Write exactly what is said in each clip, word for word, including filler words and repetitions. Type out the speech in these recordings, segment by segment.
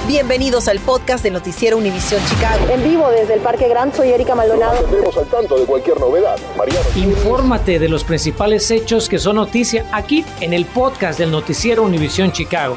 Bienvenidos al podcast del Noticiero Univisión Chicago. En vivo desde el Parque Grant, soy Erika Maldonado. Nos al tanto de cualquier novedad. Mariano. Infórmate de los principales hechos que son noticia aquí en el podcast del Noticiero Univisión Chicago.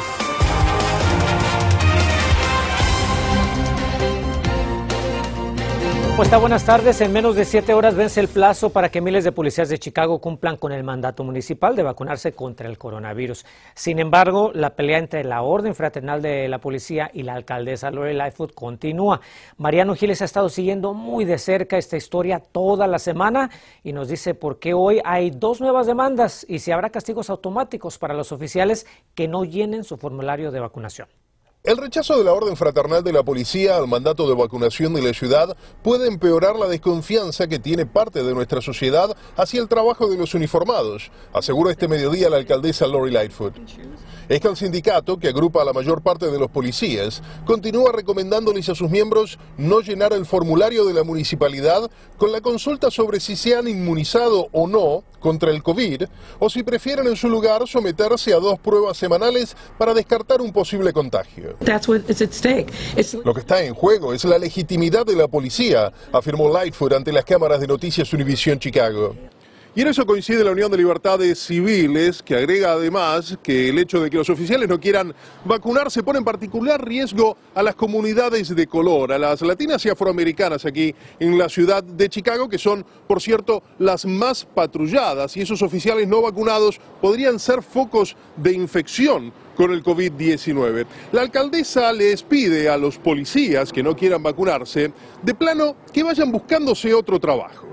Pues está, buenas tardes. En menos de siete horas vence el plazo para que miles de policías de Chicago cumplan con el mandato municipal de vacunarse contra el coronavirus. Sin embargo, la pelea entre la Orden Fraternal de la Policía y la alcaldesa Lori Lightfoot continúa. Mariano Giles ha estado siguiendo muy de cerca esta historia toda la semana y nos dice por qué hoy hay dos nuevas demandas y si habrá castigos automáticos para los oficiales que no llenen su formulario de vacunación. El rechazo de la Orden Fraternal de la Policía al mandato de vacunación de la ciudad puede empeorar la desconfianza que tiene parte de nuestra sociedad hacia el trabajo de los uniformados, aseguró este mediodía la alcaldesa Lori Lightfoot. Es que el sindicato, que agrupa a la mayor parte de los policías, continúa recomendándoles a sus miembros no llenar el formulario de la municipalidad con la consulta sobre si se han inmunizado o no contra el COVID, o si prefieren en su lugar someterse a dos pruebas semanales para descartar un posible contagio. That's what is at stake. It's... Lo que está en juego es la legitimidad de la policía, afirmó Lightfoot ante las cámaras de noticias Univisión Chicago. Y en eso coincide la Unión de Libertades Civiles, que agrega además que el hecho de que los oficiales no quieran vacunarse pone en particular riesgo a las comunidades de color, a las latinas y afroamericanas aquí en la ciudad de Chicago, que son, por cierto, las más patrulladas, y esos oficiales no vacunados podrían ser focos de infección con el COVID diecinueve. La alcaldesa les pide a los policías que no quieran vacunarse, de plano, que vayan buscándose otro trabajo.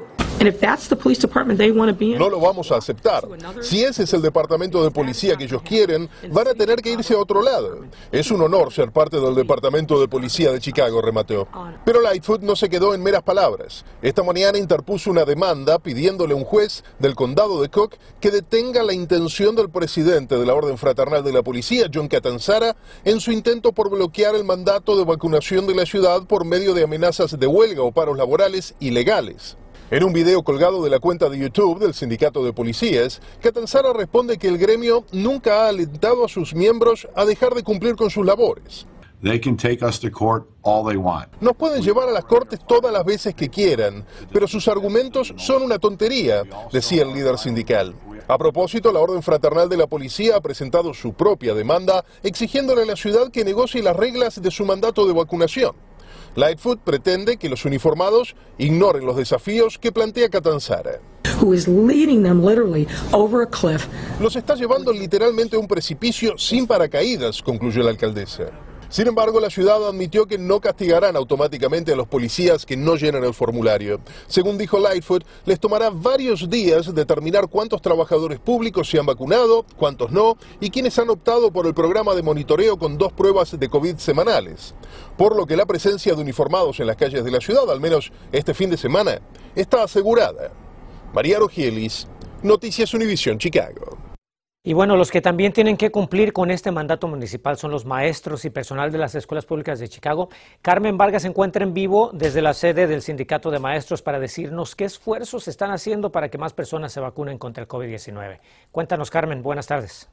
No lo vamos a aceptar. Si ese es el departamento de policía que ellos quieren, van a tener que irse a otro lado. Es un honor ser parte del departamento de policía de Chicago, remató. Pero Lightfoot no se quedó en meras palabras. Esta mañana interpuso una demanda pidiéndole a un juez del condado de Cook que detenga la intención del presidente de la Orden Fraternal de la Policía, John Catanzara, en su intento por bloquear el mandato de vacunación de la ciudad por medio de amenazas de huelga o paros laborales ilegales. En un video colgado de la cuenta de YouTube del sindicato de policías, Catanzara responde que el gremio nunca ha alentado a sus miembros a dejar de cumplir con sus labores. They can take us to court all they want. Nos pueden llevar a las cortes todas las veces que quieran, pero sus argumentos son una tontería, decía el líder sindical. A propósito, la Orden Fraternal de la Policía ha presentado su propia demanda exigiéndole a la ciudad que negocie las reglas de su mandato de vacunación. Lightfoot pretende que los uniformados ignoren los desafíos que plantea Catanzara. Who is leading them literally over a cliff. Los está llevando literalmente a un precipicio sin paracaídas, concluyó la alcaldesa. Sin embargo, la ciudad admitió que no castigarán automáticamente a los policías que no llenen el formulario. Según dijo Lightfoot, les tomará varios días determinar cuántos trabajadores públicos se han vacunado, cuántos no, y quiénes han optado por el programa de monitoreo con dos pruebas de COVID semanales. Por lo que la presencia de uniformados en las calles de la ciudad, al menos este fin de semana, está asegurada. Mariano Giles, Noticias Univisión Chicago. Y bueno, los que también tienen que cumplir con este mandato municipal son los maestros y personal de las escuelas públicas de Chicago. Carmen Vargas se encuentra en vivo desde la sede del Sindicato de Maestros para decirnos qué esfuerzos se están haciendo para que más personas se vacunen contra el COVID diecinueve. Cuéntanos, Carmen, buenas tardes.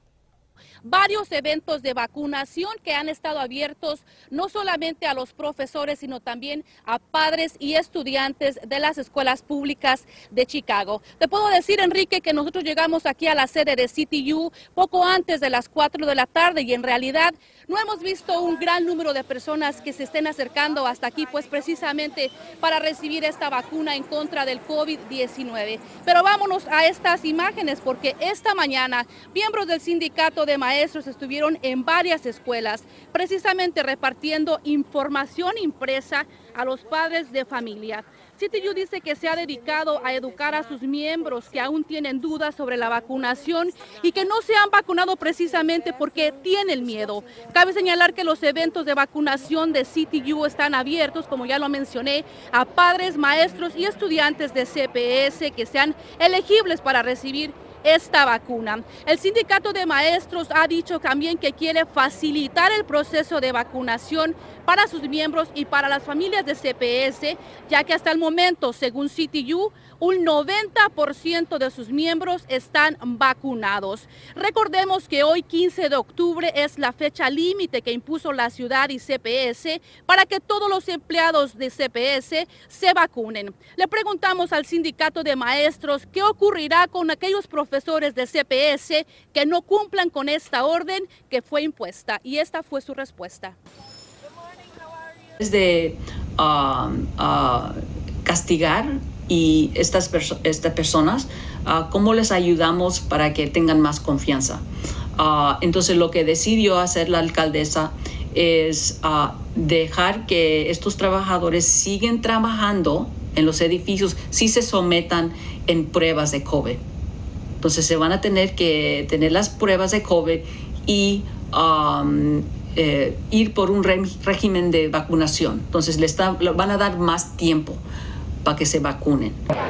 Varios eventos de vacunación que han estado abiertos no solamente a los profesores, sino también a padres y estudiantes de las escuelas públicas de Chicago. Te puedo decir, Enrique, que nosotros llegamos aquí a la sede de C T U poco antes de las cuatro de la tarde y en realidad no hemos visto un gran número de personas que se estén acercando hasta aquí, pues precisamente para recibir esta vacuna en contra del COVID diecinueve. Pero vámonos a estas imágenes porque esta mañana miembros del sindicato de maestros estuvieron en varias escuelas precisamente repartiendo información impresa a los padres de familia. C T U dice que se ha dedicado a educar a sus miembros que aún tienen dudas sobre la vacunación y que no se han vacunado precisamente porque tienen miedo. Cabe señalar que los eventos de vacunación de C T U están abiertos, como ya lo mencioné, a padres, maestros y estudiantes de C P S que sean elegibles para recibir esta vacuna. El sindicato de maestros ha dicho también que quiere facilitar el proceso de vacunación para sus miembros y para las familias de C P S, ya que hasta el momento, según C T U, un noventa por ciento de sus miembros están vacunados. Recordemos que hoy, quince de octubre, es la fecha límite que impuso la ciudad y C P S para que todos los empleados de C P S se vacunen. Le preguntamos al sindicato de maestros qué ocurrirá con aquellos profesores de C P S que no cumplan con esta orden que fue impuesta, y esta fue su respuesta. Es de uh, uh, castigar y estas, perso estas personas, uh, ¿cómo les ayudamos para que tengan más confianza? Uh, entonces lo que decidió hacer la alcaldesa es uh, dejar que estos trabajadores siguen trabajando en los edificios si se sometan en pruebas de COVID. Entonces se van a tener que tener las pruebas de COVID y um, eh, ir por un re régimen de vacunación. Entonces les está, van a dar más tiempo para que se vacunen.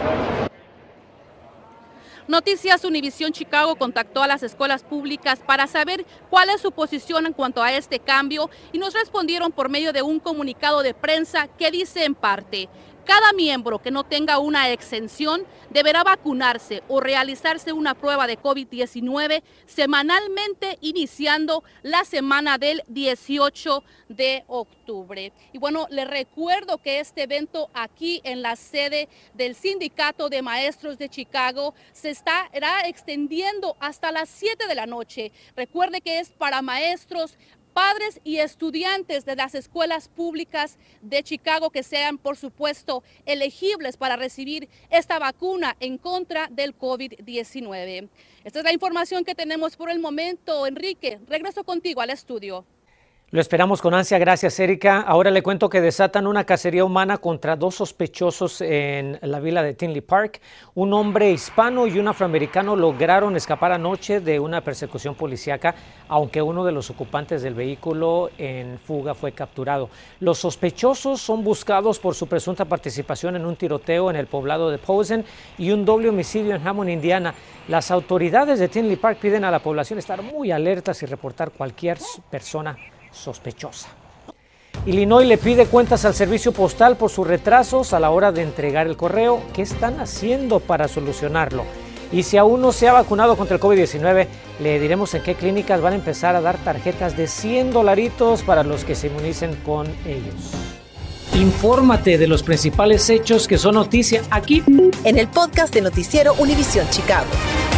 Noticias Univisión Chicago contactó a las escuelas públicas para saber cuál es su posición en cuanto a este cambio y nos respondieron por medio de un comunicado de prensa que dice en parte: cada miembro que no tenga una exención deberá vacunarse o realizarse una prueba de COVID diecinueve semanalmente iniciando la semana del dieciocho de octubre. Y bueno, les recuerdo que este evento aquí en la sede del Sindicato de Maestros de Chicago se estará extendiendo hasta las siete de la noche. Recuerde que es para maestros, padres y estudiantes de las escuelas públicas de Chicago que sean, por supuesto, elegibles para recibir esta vacuna en contra del COVID diecinueve. Esta es la información que tenemos por el momento. Enrique, regreso contigo al estudio. Lo esperamos con ansia, gracias Erika. Ahora le cuento que desatan una cacería humana contra dos sospechosos en la vila de Tinley Park. Un hombre hispano y un afroamericano lograron escapar anoche de una persecución policíaca, aunque uno de los ocupantes del vehículo en fuga fue capturado. Los sospechosos son buscados por su presunta participación en un tiroteo en el poblado de Posen y un doble homicidio en Hammond, Indiana. Las autoridades de Tinley Park piden a la población estar muy alertas y reportar cualquier persona sospechosa. Illinois le pide cuentas al servicio postal por sus retrasos a la hora de entregar el correo. ¿Qué están haciendo para solucionarlo? Y si aún no se ha vacunado contra el COVID diecinueve, le diremos en qué clínicas van a empezar a dar tarjetas de cien dolaritos para los que se inmunicen con ellos. Infórmate de los principales hechos que son noticia aquí en el podcast de Noticiero Univisión Chicago.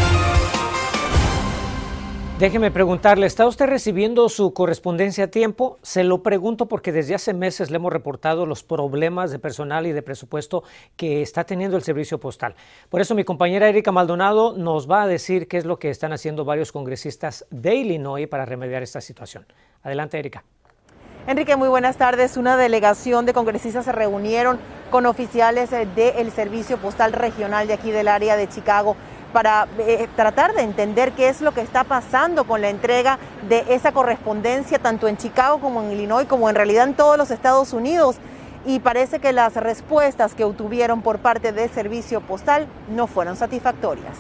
Déjeme preguntarle, ¿está usted recibiendo su correspondencia a tiempo? Se lo pregunto porque desde hace meses le hemos reportado los problemas de personal y de presupuesto que está teniendo el servicio postal. Por eso mi compañera Erika Maldonado nos va a decir qué es lo que están haciendo varios congresistas de Illinois para remediar esta situación. Adelante, Erika. Enrique, muy buenas tardes. Una delegación de congresistas se reunieron con oficiales del Servicio Postal Regional de aquí del área de Chicago para eh, tratar de entender qué es lo que está pasando con la entrega de esa correspondencia tanto en Chicago como en Illinois, como en realidad en todos los Estados Unidos. Y parece que las respuestas que obtuvieron por parte del Servicio Postal no fueron satisfactorias.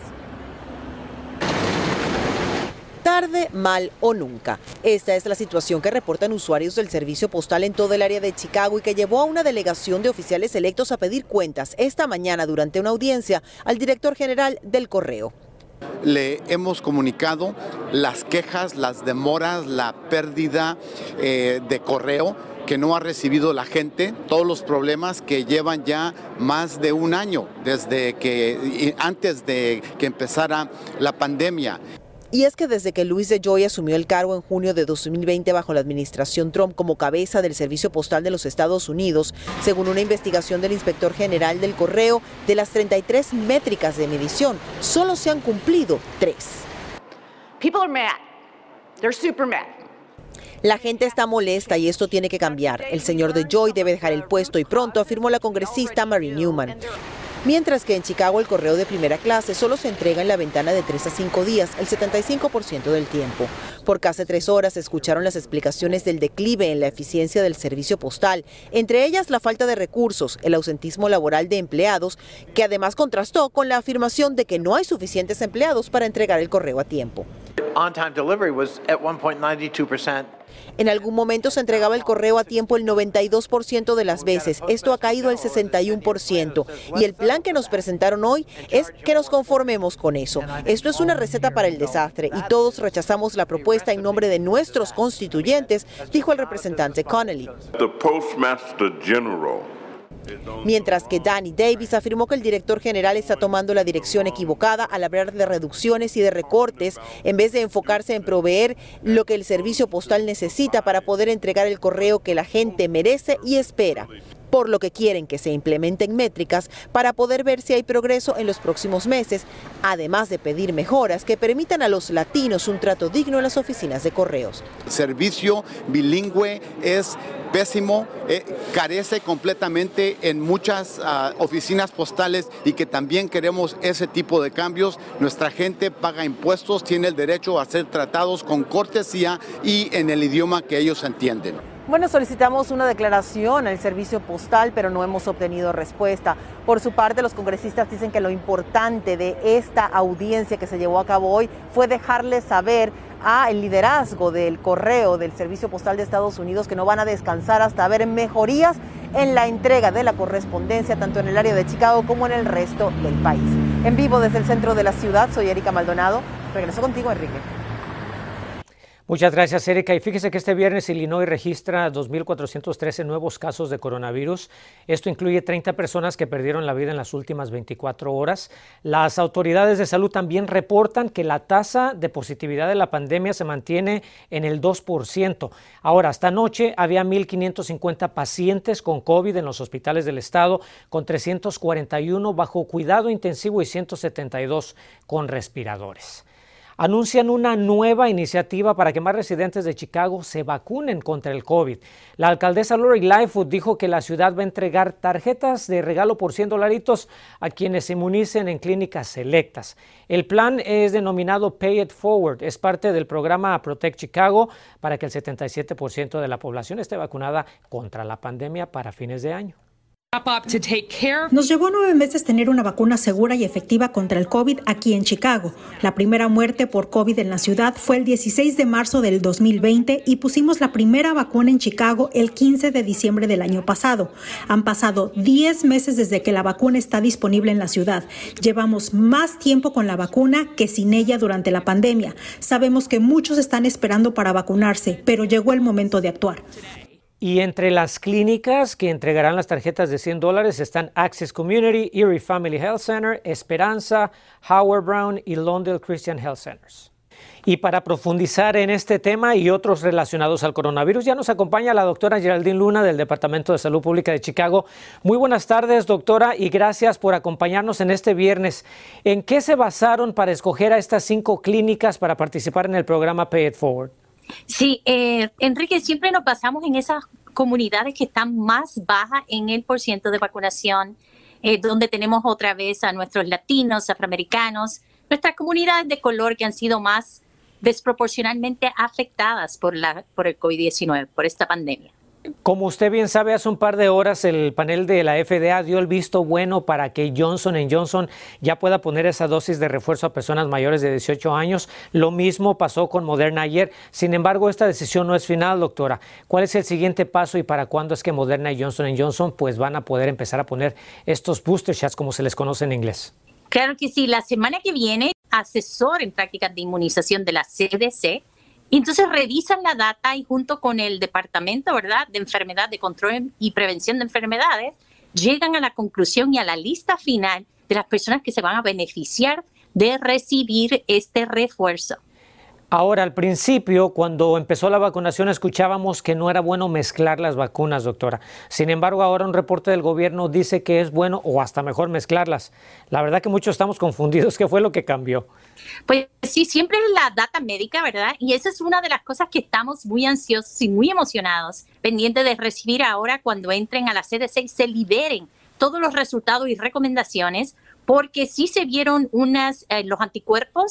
Tarde, mal o nunca. Esta es la situación que reportan usuarios del servicio postal en todo el área de Chicago y que llevó a una delegación de oficiales electos a pedir cuentas esta mañana durante una audiencia al director general del correo. Le hemos comunicado las quejas, las demoras, la pérdida eh, de correo que no ha recibido la gente, todos los problemas que llevan ya más de un año desde que antes de que empezara la pandemia. Y es que desde que Luis DeJoy asumió el cargo en junio de dos mil veinte bajo la administración Trump como cabeza del Servicio Postal de los Estados Unidos, según una investigación del inspector general del correo, de las treinta y tres métricas de medición, solo se han cumplido tres. People are mad. They're super mad. La gente está molesta y esto tiene que cambiar. El señor DeJoy debe dejar el puesto y pronto, afirmó la congresista Mary Newman. Mientras que en Chicago el correo de primera clase solo se entrega en la ventana de tres a cinco días, el setenta y cinco por ciento del tiempo. Por casi tres horas escucharon las explicaciones del declive en la eficiencia del servicio postal, entre ellas la falta de recursos, el ausentismo laboral de empleados, que además contrastó con la afirmación de que no hay suficientes empleados para entregar el correo a tiempo. On-time delivery was at one point nine two percent. En algún momento se entregaba el correo a tiempo el noventa y dos por ciento de las veces. Esto ha caído al sesenta y uno por ciento. Y el plan que nos presentaron hoy es que nos conformemos con eso. Esto es una receta para el desastre y todos rechazamos la propuesta en nombre de nuestros constituyentes, dijo el representante Connolly. The Postmaster General. Mientras que Danny Davis afirmó que el director general está tomando la dirección equivocada al hablar de reducciones y de recortes, en vez de enfocarse en proveer lo que el servicio postal necesita para poder entregar el correo que la gente merece y espera. Por lo que quieren que se implementen métricas para poder ver si hay progreso en los próximos meses, además de pedir mejoras que permitan a los latinos un trato digno en las oficinas de correos. El servicio bilingüe es pésimo, eh, carece completamente en muchas uh, oficinas postales y que también queremos ese tipo de cambios. Nuestra gente paga impuestos, tiene el derecho a ser tratados con cortesía y en el idioma que ellos entienden. Bueno, solicitamos una declaración al servicio postal, pero no hemos obtenido respuesta. Por su parte, los congresistas dicen que lo importante de esta audiencia que se llevó a cabo hoy fue dejarles saber al liderazgo del correo del Servicio Postal de Estados Unidos que no van a descansar hasta ver mejorías en la entrega de la correspondencia, tanto en el área de Chicago como en el resto del país. En vivo desde el centro de la ciudad, soy Erika Maldonado. Regreso contigo, Enrique. Muchas gracias, Erika. Y fíjese que este viernes Illinois registra dos mil cuatrocientos trece nuevos casos de coronavirus. Esto incluye treinta personas que perdieron la vida en las últimas veinticuatro horas. Las autoridades de salud también reportan que la tasa de positividad de la pandemia se mantiene en el dos por ciento. Ahora, hasta anoche había mil quinientos cincuenta pacientes con COVID en los hospitales del estado, con trescientos cuarenta y uno bajo cuidado intensivo y ciento setenta y dos con respiradores. Anuncian una nueva iniciativa para que más residentes de Chicago se vacunen contra el COVID. La alcaldesa Lori Lightfoot dijo que la ciudad va a entregar tarjetas de regalo por cien dolaritos a quienes se inmunicen en clínicas selectas. El plan es denominado Pay It Forward. Es parte del programa Protect Chicago para que el setenta y siete por ciento de la población esté vacunada contra la pandemia para fines de año. Nos llevó nueve meses tener una vacuna segura y efectiva contra el COVID aquí en Chicago. La primera muerte por COVID en la ciudad fue el dieciséis de marzo del dos mil veinte y pusimos la primera vacuna en Chicago el quince de diciembre del año pasado. Han pasado diez meses desde que la vacuna está disponible en la ciudad. Llevamos más tiempo con la vacuna que sin ella durante la pandemia. Sabemos que muchos están esperando para vacunarse, pero llegó el momento de actuar. Y entre las clínicas que entregarán las tarjetas de cien dólares están Access Community, Erie Family Health Center, Esperanza, Howard Brown y Lawndale Christian Health Centers. Y para profundizar en este tema y otros relacionados al coronavirus, ya nos acompaña la doctora Geraldine Luna del Departamento de Salud Pública de Chicago. Muy buenas tardes, doctora, y gracias por acompañarnos en este viernes. ¿En qué se basaron para escoger a estas cinco clínicas para participar en el programa Pay It Forward? Sí, eh, Enrique, siempre nos basamos en esas comunidades que están más bajas en el porciento de vacunación, eh, donde tenemos otra vez a nuestros latinos, afroamericanos, nuestras comunidades de color que han sido más desproporcionalmente afectadas por, la, por el COVID diecinueve, por esta pandemia. Como usted bien sabe, hace un par de horas el panel de la F D A dio el visto bueno para que Johnson and Johnson ya pueda poner esa dosis de refuerzo a personas mayores de dieciocho años. Lo mismo pasó con Moderna ayer. Sin embargo, esta decisión no es final, doctora. ¿Cuál es el siguiente paso y para cuándo es que Moderna y Johnson and Johnson pues van a poder empezar a poner estos booster shots, como se les conoce en inglés? Claro que sí. La semana que viene, asesor en prácticas de inmunización de la C D C, y entonces revisan la data y junto con el Departamento, ¿verdad?, de Enfermedad, de Control y Prevención de Enfermedades, llegan a la conclusión y a la lista final de las personas que se van a beneficiar de recibir este refuerzo. Ahora, al principio, cuando empezó la vacunación, escuchábamos que no era bueno mezclar las vacunas, doctora. Sin embargo, ahora un reporte del gobierno dice que es bueno o hasta mejor mezclarlas. La verdad que muchos estamos confundidos. ¿Qué fue lo que cambió? Pues sí, siempre es la data médica, ¿verdad? Y esa es una de las cosas que estamos muy ansiosos y muy emocionados, pendientes de recibir ahora cuando entren a la C D C y se liberen todos los resultados y recomendaciones, porque sí se vieron unas, eh, los anticuerpos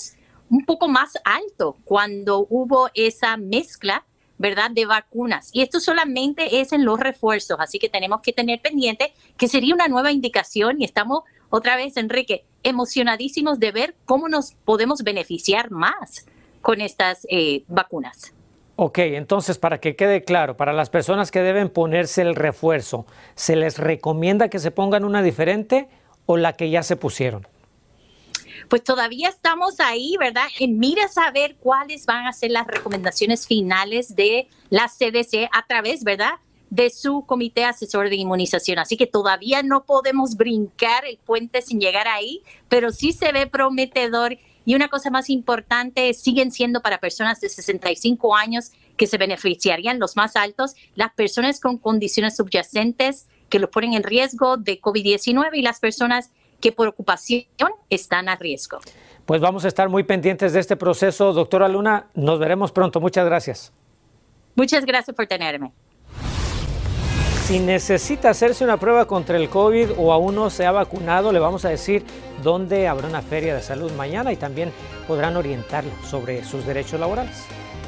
un poco más alto cuando hubo esa mezcla, ¿verdad?, de vacunas. Y esto solamente es en los refuerzos, así que tenemos que tener pendiente que sería una nueva indicación y estamos otra vez, Enrique, emocionadísimos de ver cómo nos podemos beneficiar más con estas eh, vacunas. Ok, entonces para que quede claro, para las personas que deben ponerse el refuerzo, ¿se les recomienda que se pongan una diferente o la que ya se pusieron? Pues todavía estamos ahí, ¿verdad? En mira saber cuáles van a ser las recomendaciones finales de la C D C a través, ¿verdad?, de su comité asesor de inmunización. Así que todavía no podemos brincar el puente sin llegar ahí, pero sí se ve prometedor. Y una cosa más importante, siguen siendo para personas de sesenta y cinco años que se beneficiarían los más altos, las personas con condiciones subyacentes que los ponen en riesgo de COVID diecinueve y las personas que por ocupación están a riesgo. Pues vamos a estar muy pendientes de este proceso. Doctora Luna, nos veremos pronto. Muchas gracias. Muchas gracias por tenerme. Si necesita hacerse una prueba contra el COVID o aún no se ha vacunado, le vamos a decir dónde habrá una feria de salud mañana y también podrán orientarlo sobre sus derechos laborales.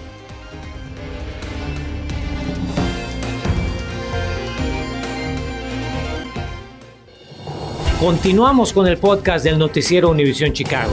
Continuamos con el podcast del noticiero Univisión Chicago.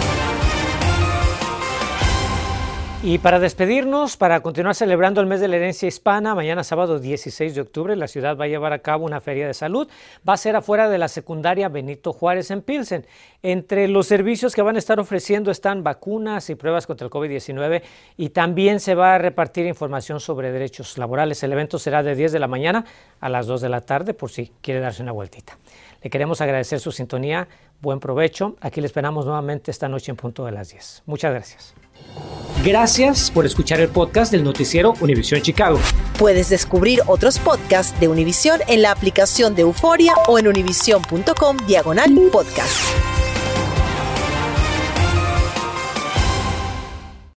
Y para despedirnos, para continuar celebrando el mes de la herencia hispana, mañana sábado dieciséis de octubre la ciudad va a llevar a cabo una feria de salud. Va a ser afuera de la secundaria Benito Juárez en Pilsen. Entre los servicios que van a estar ofreciendo están vacunas y pruebas contra el COVID diecinueve y también se va a repartir información sobre derechos laborales. El evento será de diez de la mañana a las dos de la tarde por si quiere darse una vueltita. Le queremos agradecer su sintonía. Buen provecho. Aquí le esperamos nuevamente esta noche en punto de las diez. Muchas gracias. Gracias por escuchar el podcast del noticiero Univisión Chicago. Puedes descubrir otros podcasts de Univisión en la aplicación de Euforia o en univision punto com diagonal podcast.